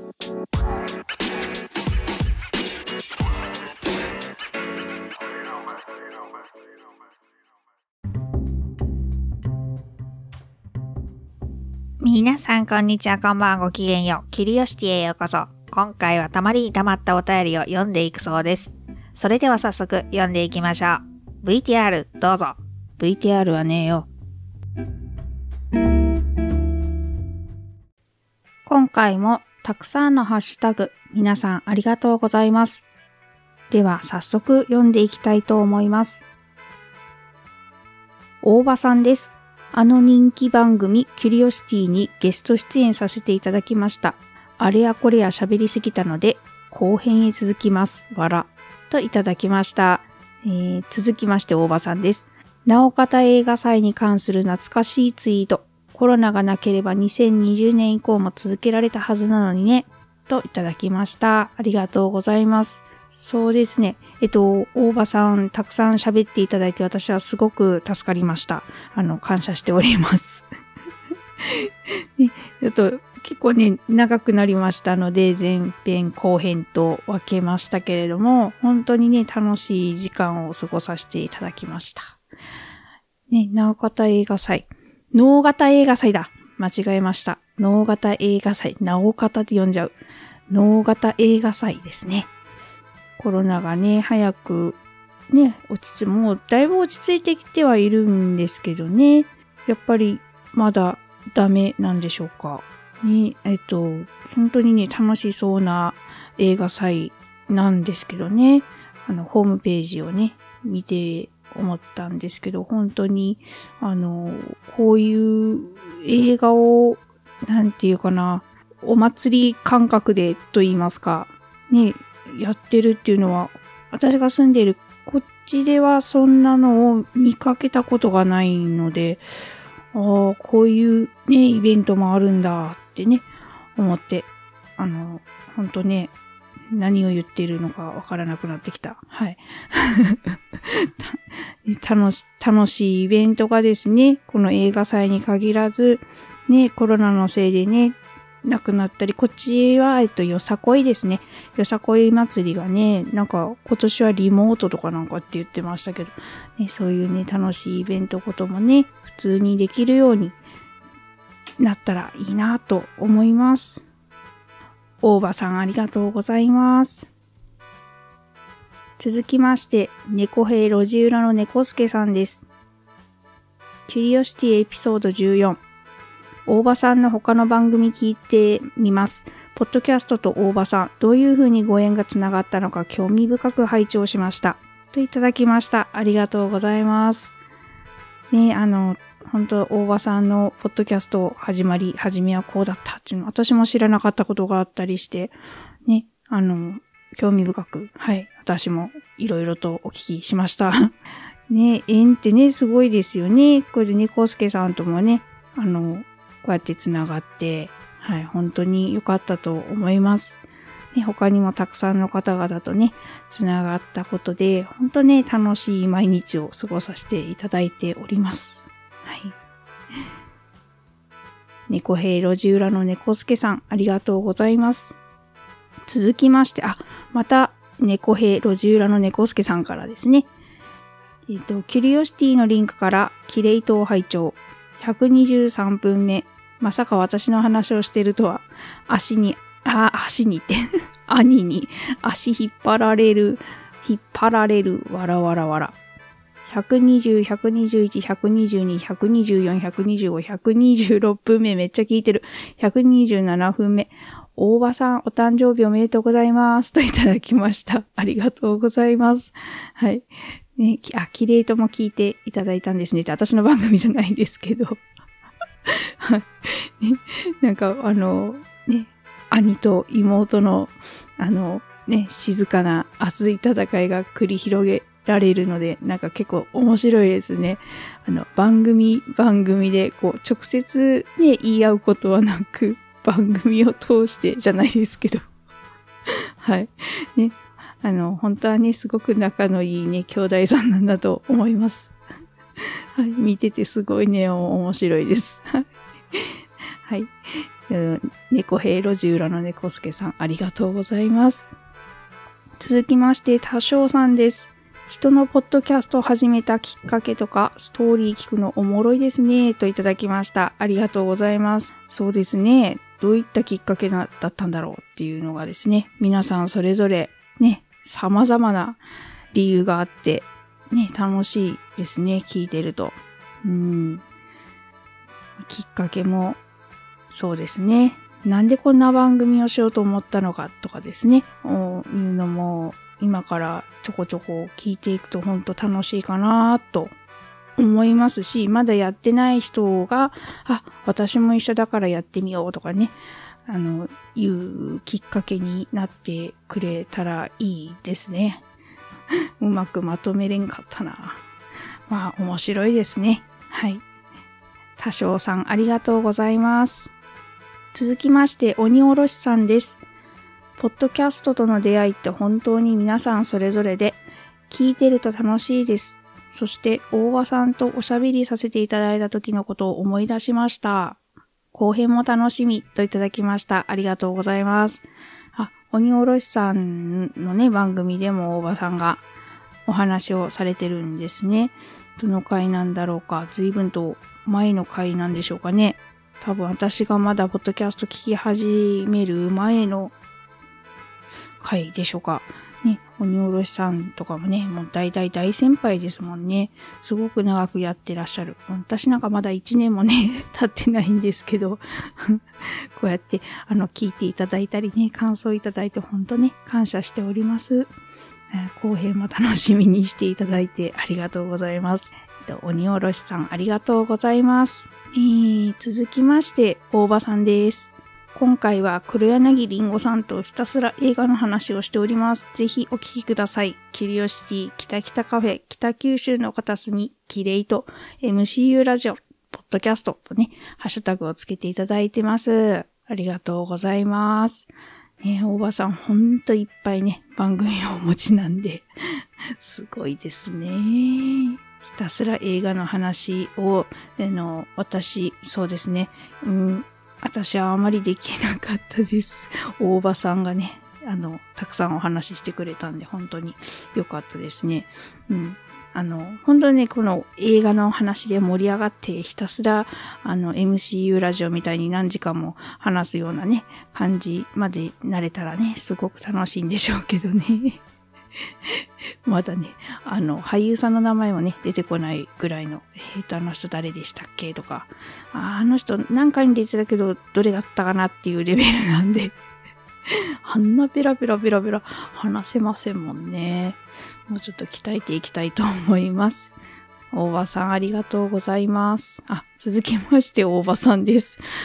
皆さんこんにちは、こんばんは、ごきげんよう。キュリオシティへようこそ。今回はたまりにたまったお便りを読んでいくそうです。それでは早速読んでいきましょう。VTR どうぞ。VTR はねえよ。今回もたくさんのハッシュタグ、皆さんありがとうございます。では早速読んでいきたいと思います。大場さんです。人気番組キュリオシティにゲスト出演させていただきました。あれやこれや喋りすぎたので後編へ続きます。わら。といただきました。続きまして大場さんです。なおかた映画祭に関する懐かしいツイート。コロナがなければ2020年以降も続けられたはずなのにね。といただきました。ありがとうございます。そうですね。大場さん、たくさん喋っていただいて、私はすごく助かりました。感謝しております。ね、結構ね、長くなりましたので、前編後編と分けましたけれども、本当にね、楽しい時間を過ごさせていただきました。ね、直方映画祭。能形映画祭だ。間違えました。能形映画祭。直方って呼んじゃう。能形映画祭ですね。コロナがね、早くね、もうだいぶ落ち着いてきてはいるんですけどね。やっぱりまだダメなんでしょうか。ね、本当にね、楽しそうな映画祭なんですけどね。ホームページをね、見て思ったんですけど、本当に、こういう映画を、なんていうかな、お祭り感覚でと言いますか、ね、やってるっていうのは、私が住んでいるこっちではそんなのを見かけたことがないので、こういうね、イベントもあるんだってね、思って、本当ね、何を言っているのかわからなくなってきた。はい。楽しいイベントがですね、この映画祭に限らず、ね、コロナのせいでね、なくなったり、こっちは、よさこいですね。よさこい祭りがね、なんか今年はリモートとかなんかって言ってましたけど、ね、そういうね、楽しいイベントこともね、普通にできるようになったらいいなと思います。大場さんありがとうございます。続きまして、猫兵路地裏の猫助さんです。キュリオシティエピソード14。大場さんの他の番組聞いてみます。ポッドキャストと大場さん、どういう風にご縁がつながったのか興味深く拝聴しました。といただきました。ありがとうございます。ね、本当大場さんのポッドキャスト始めはこうだったっていうの、私も知らなかったことがあったりして、ね、興味深く、はい、私もいろいろとお聞きしました。ね、縁ってね、すごいですよね。これでね、コウスケさんともね、こうやってつながって、はい、本当に良かったと思います。ね、他にもたくさんの方々とね、つながったことで、本当ね、楽しい毎日を過ごさせていただいております。はい。猫兵路地裏の猫助さん、ありがとうございます。続きまして、また、猫兵路地裏の猫助さんからですね。キュリオシティのリンクから、キレイトを拝聴。123分目。まさか私の話をしているとは、足にって、兄に足引っ張られる、わらわらわら。120、121、122、124、125、126分目めっちゃ聞いてる。127分目。大場さん、お誕生日おめでとうございます。といただきました。ありがとうございます。はい。ね、キレイとも聞いていただいたんですねって、私の番組じゃないですけど。はい。ね、なんか、ね、兄と妹の、ね、静かな熱い戦いが繰り広げられるので、なんか結構面白いですね。番組で、こう、直接ね、言い合うことはなく、番組を通してじゃないですけど。はい。ね。本当はね、すごく仲のいいね、兄弟さんなんだと思います。はい。見ててすごいね、面白いです。はい。 猫兵路地裏の猫助さん、ありがとうございます。続きまして、多少さんです。人のポッドキャストを始めたきっかけとか、ストーリー聞くのおもろいですね、といただきました。ありがとうございます。そうですね。どういったきっかけだったんだろうっていうのがですね、皆さんそれぞれね、様々な理由があって、ね、楽しいですね、聞いてると。きっかけも、そうですね。なんでこんな番組をしようと思ったのかとかですね、いうのも、今からちょこちょこ聞いていくと本当楽しいかなと思いますし、まだやってない人が、私も一緒だからやってみようとかね、いうきっかけになってくれたらいいですね。うまくまとめれんかったな。まあ、面白いですね。はい。多少さんありがとうございます。続きまして、鬼おろしさんです。ポッドキャストとの出会いって本当に皆さんそれぞれで、聞いてると楽しいです。そして、大場さんとおしゃべりさせていただいた時のことを思い出しました。後編も楽しみといただきました。ありがとうございます。鬼おろしさんのね、番組でも大場さんがお話をされてるんですね。どの回なんだろうか。随分と前の回なんでしょうかね。多分私がまだポッドキャスト聞き始める前の回でしょうか。ね、鬼おろしさんとかもね、もう大先輩ですもんね。すごく長くやってらっしゃる。私なんかまだ1年もね、経ってないんですけど、こうやって、聞いていただいたりね、感想いただいて本当ね、感謝しております。後編も楽しみにしていただいてありがとうございます。鬼おろしさんありがとうございます。続きまして、大場さんです。今回は黒柳りんごさんとひたすら映画の話をしております。ぜひお聞きください。キュリオシティ、北北カフェ、北九州の片隅、キレイと MCU ラジオ、ポッドキャストとね、ハッシュタグをつけていただいてます。ありがとうございます。ね、大場さんほんといっぱいね、番組をお持ちなんで、すごいですね。ひたすら映画の話を、私、そうですね、私はあまりできなかったです。大場さんがね、たくさんお話ししてくれたんで、本当に良かったですね。本当にね、この映画の話で盛り上がって、ひたすら、MCU ラジオみたいに何時間も話すようなね、感じまでなれたらね、すごく楽しいんでしょうけどね。まだね、俳優さんの名前もね、出てこないぐらいの、あの人誰でしたっけとか、あの人何回に出てたけど、どれだったかなっていうレベルなんで、あんなペラペラ話せませんもんね。もうちょっと鍛えていきたいと思います。大場さんありがとうございます。続きまして大場さんです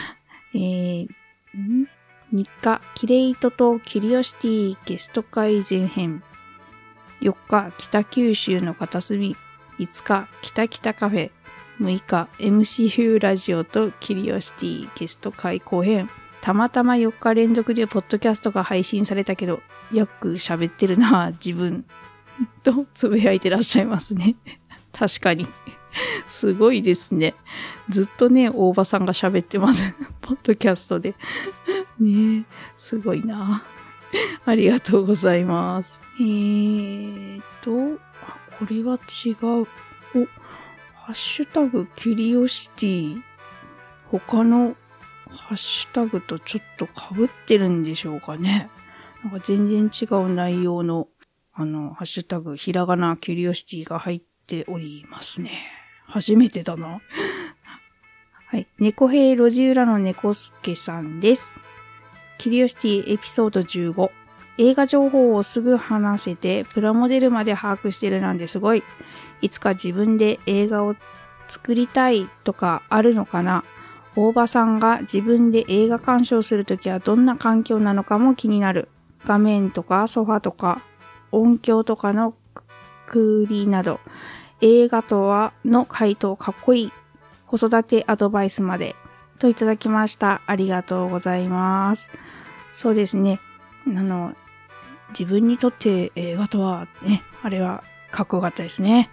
。3日、キレイトとキュリオシティゲスト会前編。4日、北九州の片隅。5日、北北カフェ。6日、MCU ラジオとキュリオシティゲスト会後編。たまたま4日連続でポッドキャストが配信されたけど、よく喋ってるな、自分。とつぶやいてらっしゃいますね。確かに。すごいですね。ずっとね、大場さんが喋ってます。ポッドキャストで。ねえ、すごいな。ありがとうございます。これは違う。ハッシュタグキュリオシティ。他のハッシュタグとちょっと被ってるんでしょうかね。なんか全然違う内容の、ハッシュタグ、ひらがなキュリオシティが入っておりますね。初めてだな。はい。猫兵路地裏の猫助さんです。キュリオシティエピソード15。映画情報をすぐ話せて、プラモデルまで把握してるなんですごい。いつか自分で映画を作りたいとかあるのかな。大場さんが自分で映画鑑賞するときはどんな環境なのかも気になる。画面とかソファとか音響とかのクーリーなど、映画とはの回答かっこいい。子育てアドバイスまで。といただきました。ありがとうございます。そうですね。自分にとって映画とはね、あれはかっこよかったですね。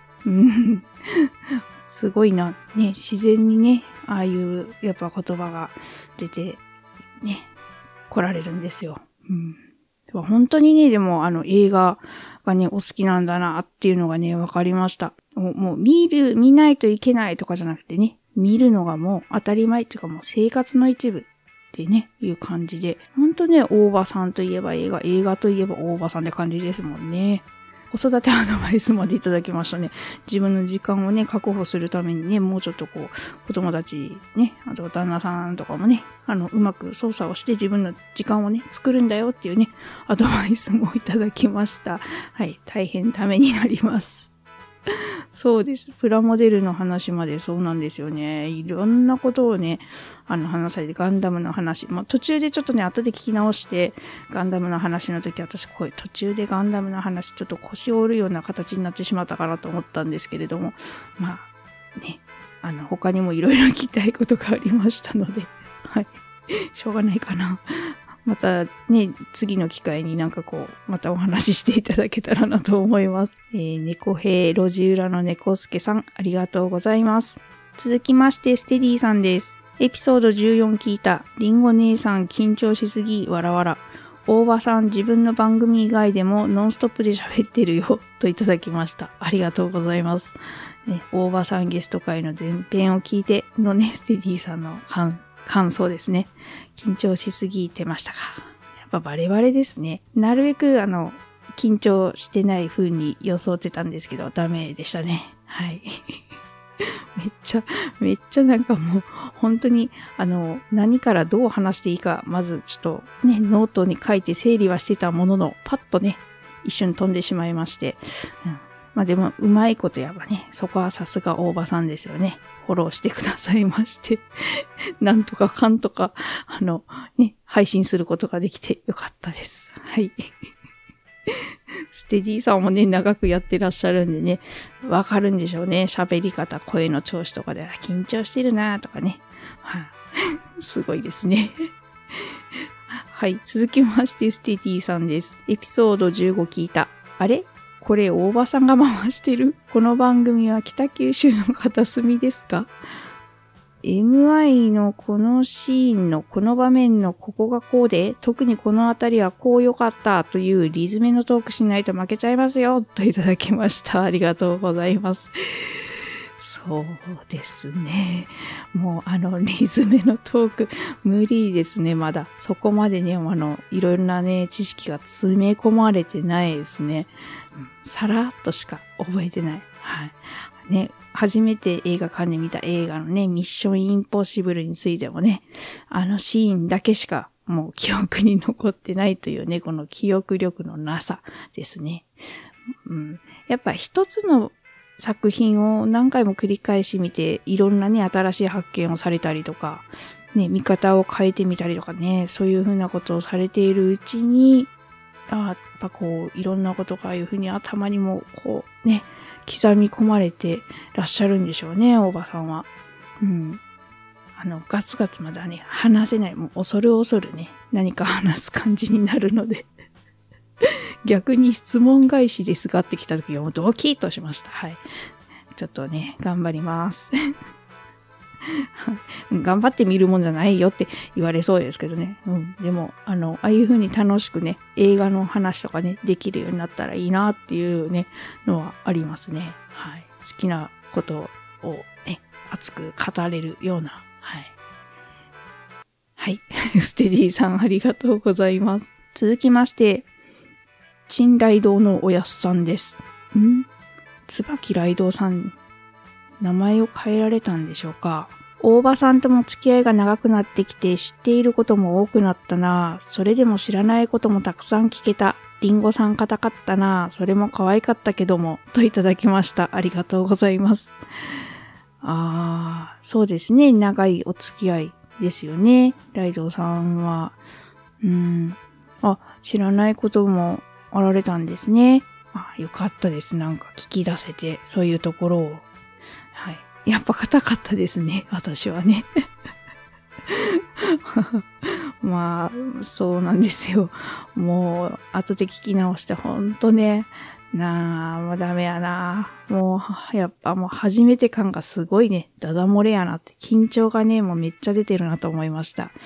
すごいな。ね、自然にね、ああいうやっぱ言葉が出て、ね、 来られるんですよ。本当にね、でも映画がね、お好きなんだなっていうのがね、わかりました。もう見ないといけないとかじゃなくてね、見るのがもう当たり前っていうかもう生活の一部ってね、いう感じで、本当ね、大場さんといえば映画といえば大場さんって感じですもんね。子育てアドバイスまでいただきましたね。自分の時間をね、確保するためにね、もうちょっと子供たちね、あと旦那さんとかもね、うまく操作をして自分の時間をね、作るんだよっていうね、アドバイスもいただきました。はい、大変ためになります。そうです。プラモデルの話までそうなんですよね。いろんなことをね、話されて、ガンダムの話。途中でちょっとね、後で聞き直して、ガンダムの話の時、私、途中でガンダムの話、ちょっと腰を折るような形になってしまったかなと思ったんですけれども、ね、他にもいろいろ聞きたいことがありましたので、はい。しょうがないかな。またね、次の機会にまたお話ししていただけたらなと思います。猫兵路地裏の猫助さん、ありがとうございます。続きまして、ステディさんです。エピソード14聞いた、リンゴ姉さん緊張しすぎ、わらわら。大場さん自分の番組以外でもノンストップで喋ってるよ、といただきました。ありがとうございます。ね、大場さんゲスト会の前編を聞いてのね、ステディさんの感想ですね。緊張しすぎてましたか。やっぱバレバレですね。なるべく緊張してない風に装ってたんですけど、ダメでしたね。はい。めっちゃもう、本当に、何からどう話していいか、まずちょっとね、ノートに書いて整理はしてたものの、パッとね、一瞬飛んでしまいまして、でも、うまいことやばね、そこはさすが大場さんですよね。フォローしてくださいまして、なんとかかんとか、ね、配信することができてよかったです。はい。ステディさんもね、長くやってらっしゃるんでね、わかるんでしょうね。喋り方、声の調子とかで、緊張してるなとかね。すごいですね。はい。続きまして、ステディさんです。エピソード15聞いた。あれこれ大場さんが回してる？この番組は北九州の片隅ですか？ MI のこのシーンのこの場面のここがこうで、特にこのあたりはこう良かったというリズメのトークしないと負けちゃいますよといただきました。ありがとうございます。そうですね。もうリズメのトーク無理ですね。まだそこまでね、いろいろなね、知識が詰め込まれてないですね。さらっとしか覚えてない。はい。ね、初めて映画館で見た映画のね、ミッションインポッシブルについてもね、シーンだけしかもう記憶に残ってないというね、この記憶力のなさですね。やっぱ一つの作品を何回も繰り返し見て、いろんなね、新しい発見をされたりとか、ね、見方を変えてみたりとかね、そういうふうなことをされているうちに、やっぱいろんなことがああいうふうに頭にもね、刻み込まれてらっしゃるんでしょうね、大場さんは。ガツガツまだね、話せない。もう恐るね、何か話す感じになるので。逆に質問返しですがって来た時はもうドキッとしました。はい。ちょっとね、頑張ります。頑張ってみるもんじゃないよって言われそうですけどね。でも、ああいう風に楽しくね、映画の話とかね、できるようになったらいいなっていうね、のはありますね。はい。好きなことをね、熱く語れるような。はい。はい。ステディさんありがとうございます。続きまして、陳来堂のおやすさんです。椿来堂さん、名前を変えられたんでしょうか。大場さんとも付き合いが長くなってきて知っていることも多くなったな。それでも知らないこともたくさん聞けた。リンゴさん硬かったな。それも可愛かったけども。といただきました。ありがとうございます。そうですね。長いお付き合いですよね。来堂さんは。知らないこともあられたんですね。よかったです。なんか聞き出せて、そういうところを。はい。やっぱ硬かったですね。私はね。そうなんですよ。もう、後で聞き直して、ほんとね、もうダメやな。もう、やっぱもう初めて感がすごいね、ダダ漏れやなって、緊張がね、もうめっちゃ出てるなと思いました。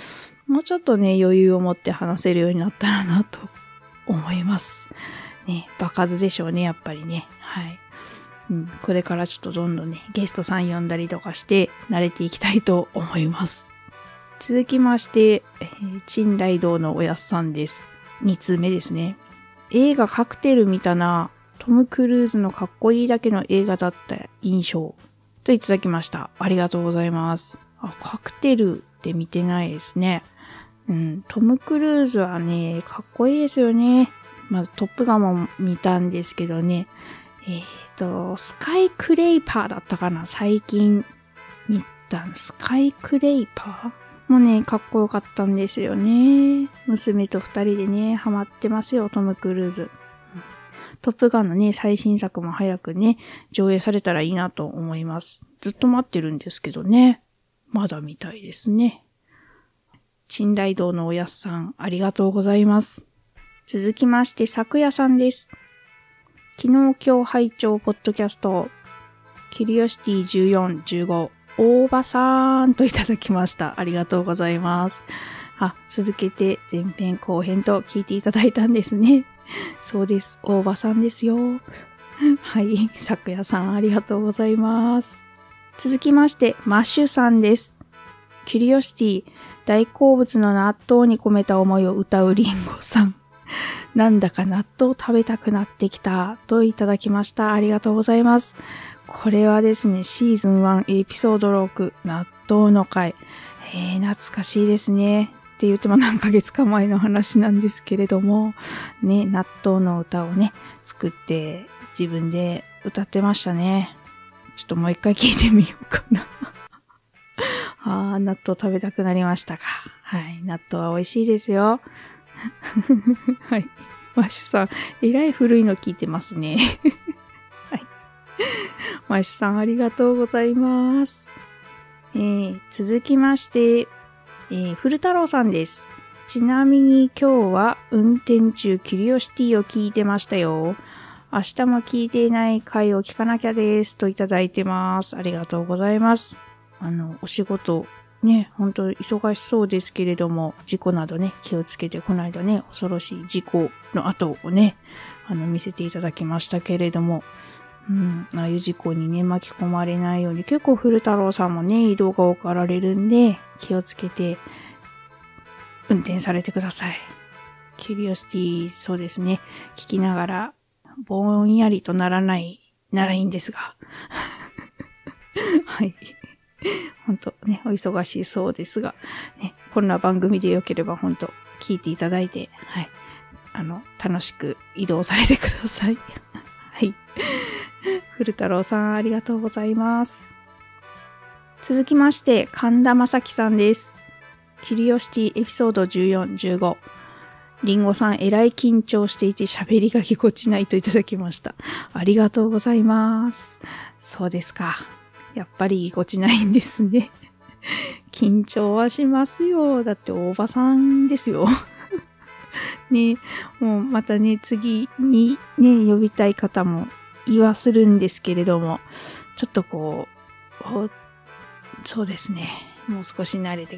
もうちょっとね、余裕を持って話せるようになったらなと思います。ね、場数でしょうね、やっぱりね。はい。これからちょっとどんどんね、ゲストさん呼んだりとかして慣れていきたいと思います。続きまして、陳来道のおやっさんです。2通目ですね。映画カクテル見たな。トム・クルーズのかっこいいだけの映画だった印象。といただきました。ありがとうございます。カクテルって見てないですね。トム・クルーズはね、かっこいいですよね。まずトップガンも見たんですけどね。スカイクレイパーだったかな、最近見たスカイクレイパーもね、かっこよかったんですよね。娘と2人でね、ハマってますよ、トム・クルーズ。トップガンのね、最新作も早くね、上映されたらいいなと思います。ずっと待ってるんですけどね。まだみたいですね。陳来道のおやっさん、ありがとうございます。続きまして、昨夜さんです。昨日今日拝聴ポッドキャスト、キュリオシティ14、15、大場さんといただきました。ありがとうございます。続けて前編後編と聞いていただいたんですね。そうです。大場さんですよ。はい。昨夜さんありがとうございます。続きまして、マッシュさんです。キュリオシティ、大好物の納豆に込めた思いを歌うリンゴさん。なんだか納豆食べたくなってきたといただきました。ありがとうございます。これはですね、シーズン1エピソード6、納豆の回。懐かしいですね。って言っても何ヶ月か前の話なんですけれども、ね、納豆の歌をね、作って自分で歌ってましたね。ちょっともう一回聞いてみようかな。納豆食べたくなりましたか。はい、納豆は美味しいですよ。はい。マッシュさん、えらい古いの聞いてますね。はい。マッシュさん、ありがとうございます。続きまして、古太郎さんです。ちなみに今日は運転中キュリオシティを聞いてましたよ。明日も聞いていない回を聞かなきゃですといただいてます。ありがとうございます。お仕事ね、本当忙しそうですけれども、事故などね、気をつけて、この間ね、恐ろしい事故の後をね、見せていただきましたけれども、ああいう事故にね、巻き込まれないように、結構古太郎さんもね、移動が多くあられるんで、気をつけて、運転されてください。キュリオシティ、そうですね、聞きながら、ぼんやりとならないならいいんですが。はい。本当ね、お忙しいそうですが、ね、こんな番組でよければ本当聞いていただいて、はい。楽しく移動されてください。はい。古太郎さん、ありがとうございます。続きまして、神田正輝さんです。キュリオシティエピソード14、15。リンゴさん、えらい緊張していて喋りがぎこちないといただきました。ありがとうございます。そうですか。やっぱりぎこちないんですね。緊張はしますよ。だって大場さんですよ。ね、もうまたね、次にね、呼びたい方も言わするんですけれども、ちょっとこう、そうですね。もう少し慣れて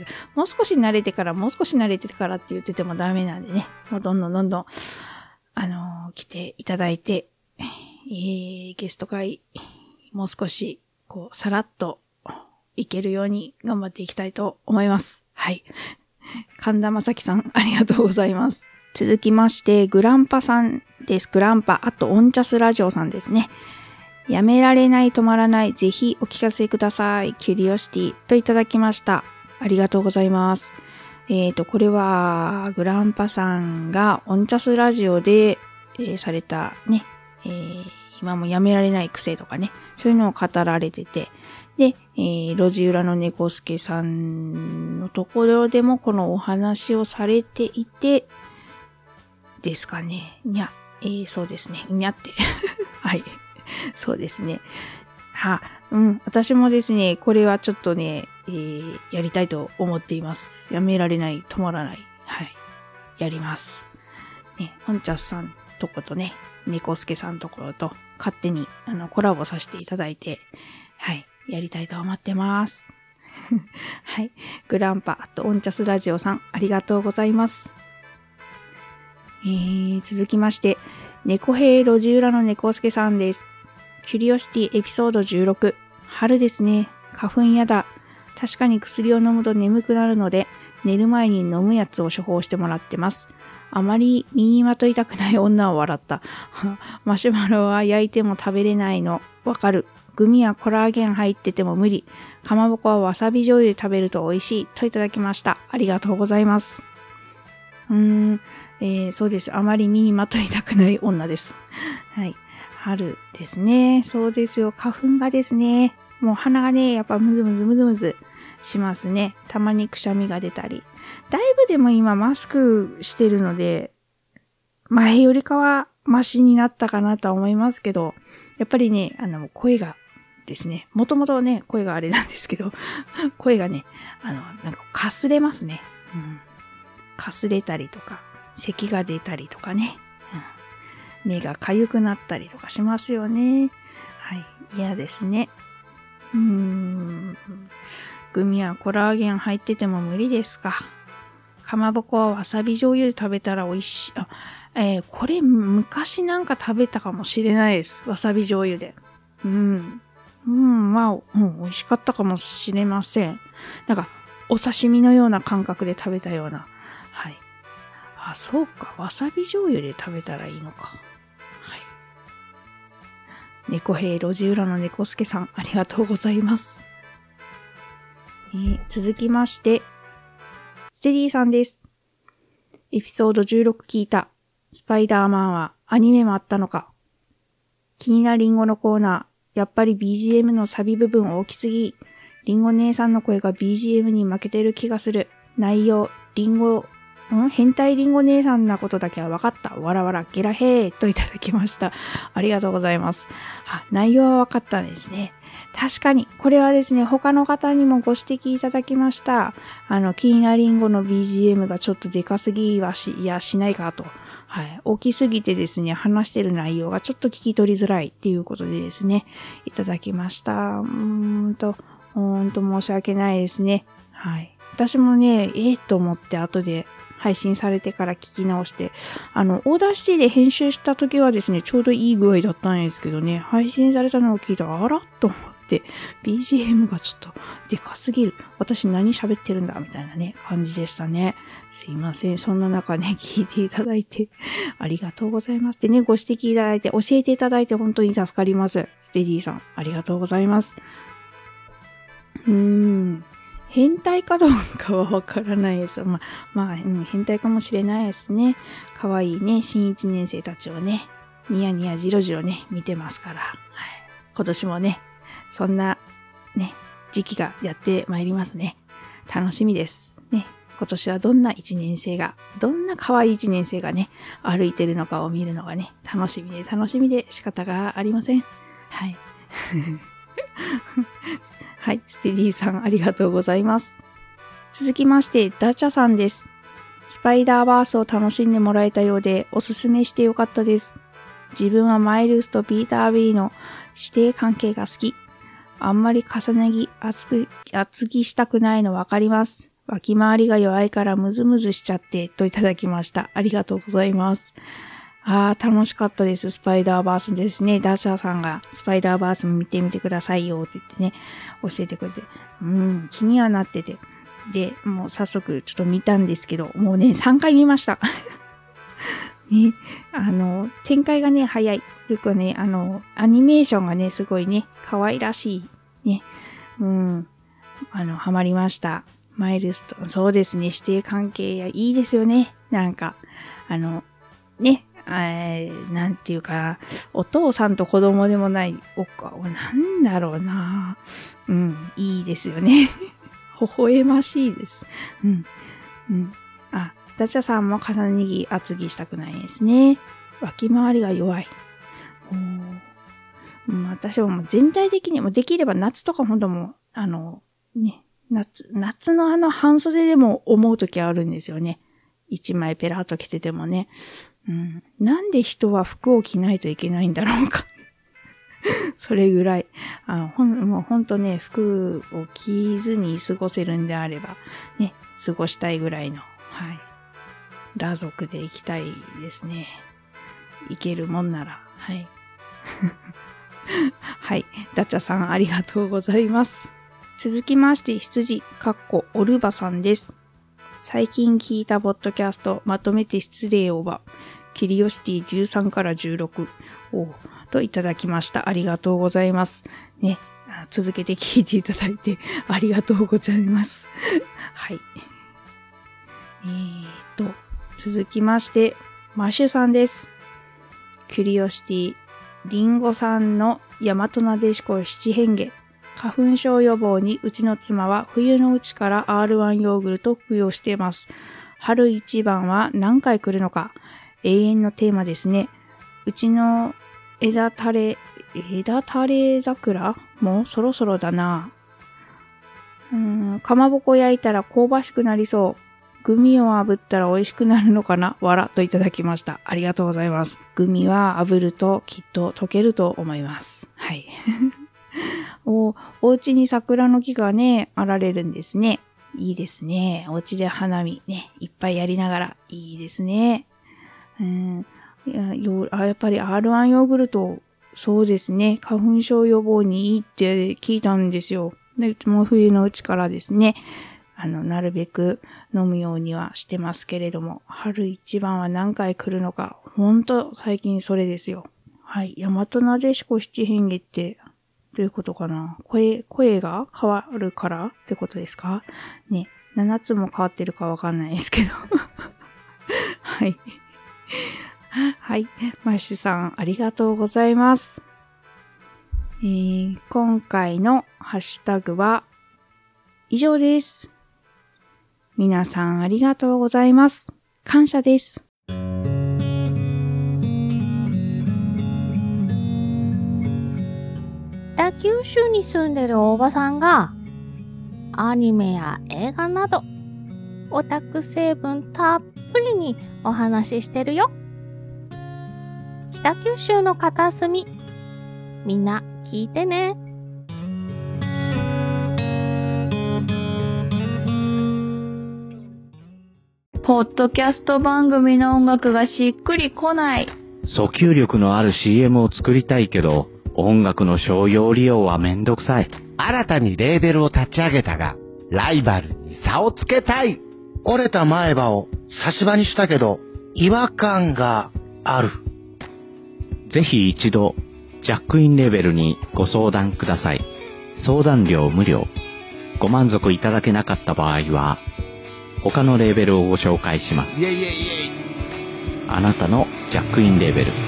からって言っててもダメなんでね。もうどんどん、来ていただいて、ゲスト会、もう少し、さらっといけるように頑張っていきたいと思います。はい。神田正輝さん、ありがとうございます。続きまして、グランパさんです。グランパ、あと、オンチャスラジオさんですね。やめられない止まらない。ぜひお聞かせください。キュリオシティといただきました。ありがとうございます。これは、グランパさんがオンチャスラジオで、されたね、今もやめられない癖とかね、そういうのを語られてて、で、路地裏の猫助さんのところでもこのお話をされていて、ですかね。そうですね。にゃって。はい。そうですね。私もですね、これはちょっとね、やりたいと思っています。やめられない、止まらない。はい。やります。ね、オンチャスさんとことね、猫助さんところと勝手にコラボさせていただいて、はい、やりたいと思ってます。 はい。グランパオンチャスラジオさん、ありがとうございます。続きまして、猫兵路地裏の猫助さんです。キュリオシティエピソード16。春ですね。花粉やだ。確かに薬を飲むと眠くなるので、寝る前に飲むやつを処方してもらってます。あまり身にまといたくない女は笑った。マシュマロは焼いても食べれないの。わかる。グミはコラーゲン入ってても無理。かまぼこはわさび醤油で食べると美味しい。といただきました。ありがとうございます。そうです。あまり身にまといたくない女です。はい。春ですね。そうですよ。花粉がですね。もう鼻がね、やっぱムズムズしますね。たまにくしゃみが出たり。だいぶでも今マスクしてるので、前よりかはマシになったかなとは思いますけど、やっぱりね、声がですね、もともとね、声があれなんですけど、声がね、なんかかすれますね。かすれたりとか、咳が出たりとかね、目がかゆくなったりとかしますよね。はい、嫌ですね。グミはコラーゲン入ってても無理ですか。かまぼこはわさび醤油で食べたら美味しい。これ昔なんか食べたかもしれないです。わさび醤油で。美味しかったかもしれません。なんか、お刺身のような感覚で食べたような。はい。あ、そうか。わさび醤油で食べたらいいのか。はい。猫兵路地裏の猫助さん、ありがとうございます。続きまして、ステディさんです。エピソード16聞いた。スパイダーマンはアニメもあったのか。気になるリンゴのコーナー。やっぱり BGM のサビ部分大きすぎ。リンゴ姉さんの声が BGM に負けてる気がする。内容、変態リンゴ姉さんなことだけは分かった。わらわらゲラヘーといただきました。ありがとうございます。内容は分かったんですね。確かに、これはですね、他の方にもご指摘いただきました。キーナリンゴの BGM がちょっとでかすぎはしないかと。はい。大きすぎてですね、話してる内容がちょっと聞き取りづらいっていうことでですね、いただきました。申し訳ないですね。はい。私もね、と思って後で配信されてから聞き直して、オーダーシティで編集した時はですね、ちょうどいい具合だったんですけどね、配信されたのを聞いたら、あらと思って、BGM がちょっとでかすぎる。私何喋ってるんだみたいなね、感じでしたね。すいません。そんな中ね、聞いていただいて、ありがとうございます。でね、ご指摘いただいて、教えていただいて本当に助かります。ステディさん、ありがとうございます。変態かどうかはわからないです。変態かもしれないですね。可愛いね、新1年生たちをね、ニヤニヤジロジロね、見てますから。はい。今年もね、そんな、ね、時期がやってまいりますね。楽しみです。ね。今年はどんな1年生が、どんな可愛い1年生がね、歩いてるのかを見るのがね、楽しみで仕方がありません。はい。はい、ステディさんありがとうございます。続きまして、ダチャさんです。スパイダーバースを楽しんでもらえたようで、おすすめしてよかったです。自分はマイルスとピーター・ビーの師弟関係が好き。あんまり重ね着、厚着したくないのわかります。脇回りが弱いからムズムズしちゃって、といただきました。ありがとうございます。楽しかったです。スパイダーバースですね。ダーシャーさんがスパイダーバース見てみてくださいよって言ってね、教えてくれて。気にはなってて。で、もう早速ちょっと見たんですけど、もうね、3回見ました。ね、展開がね、早い。よくね、アニメーションがね、すごいね、可愛らしい。ね。ハマりました。マイルスと、そうですね、師弟関係いいですよね。なんか、ね、なんていうか、お父さんと子供でもない、なんだろうな。いいですよね。微笑ましいです。ダチャさんも重ね着厚着したくないですね。脇回りが弱い。私はもう全体的にもできれば夏とかほんとも夏の半袖でも思うときあるんですよね。一枚ペラッと着ててもね。なんで人は服を着ないといけないんだろうか。 それぐらい。もうほんとね、服を着ずに過ごせるんであれば、ね、過ごしたいぐらいの、はい。裸族で行きたいですね。行けるもんなら、はい。はい。ダッチャさんありがとうございます。続きまして、羊、オルバさんです。最近聞いたポッドキャスト、まとめて失礼をば、キュリオシティ13から16を、といただきました。ありがとうございます。ね。続けて聞いていただいて、ありがとうございます。はい。続きまして、マッシュさんです。キュリオシティ、リンゴさんの大和なでしこ七変化。花粉症予防にうちの妻は冬のうちから R1 ヨーグルトを服用しています。春一番は何回来るのか。永遠のテーマですね。うちの枝垂れ桜もうそろそろだな。かまぼこ焼いたら香ばしくなりそう。グミを炙ったら美味しくなるのかなわらといただきました。ありがとうございます。グミは炙るときっと溶けると思います。はい。お家に桜の木がね、あられるんですね。いいですね。お家で花見ね、いっぱいやりながらいいですね。やっぱり R1 ヨーグルト、そうですね。花粉症予防にいいって聞いたんですよ。で、もう冬のうちからですね。なるべく飲むようにはしてますけれども、春一番は何回来るのか、ほんと最近それですよ。はい。大和なでしこ七変化って、どういうことかな？声が変わるからってことですか？ね。7つも変わってるかわかんないですけど。はい。はい。マッシュさん、ありがとうございます。今回のハッシュタグは以上です。皆さんありがとうございます。感謝です。 北九州に住んでるおばさんがアニメや映画などオタク成分たっぷりにお話ししてるよ。北九州の片隅、みんな聞いてね。 ポッドキャスト番組の音楽がしっくりこない。 訴求力のある CM を作りたいけど、音楽の商用利用はめんどくさい。 新たにレーベルを立ち上げたが、ライバルに差をつけたい。折れた前歯を差し歯にしたけど、違和感がある。 ぜひ一度、ジャックインレーベルにご相談ください。相談料無料。ご満足いただけなかった場合は、他のレーベルをご紹介します。あなたのジャックインレーベル。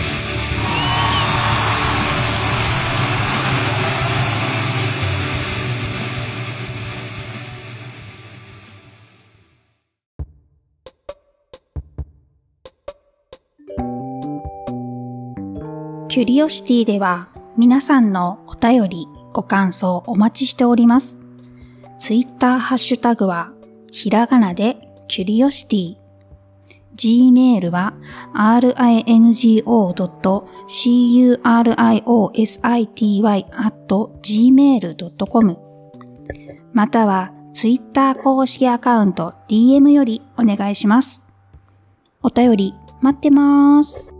キュリオシティでは皆さんのお便り、ご感想お待ちしております。ツイッターハッシュタグはひらがなでキュリオシティ。Gmail は ringo.curiosity@gmail.com またはツイッター公式アカウント DM よりお願いします。お便り待ってます。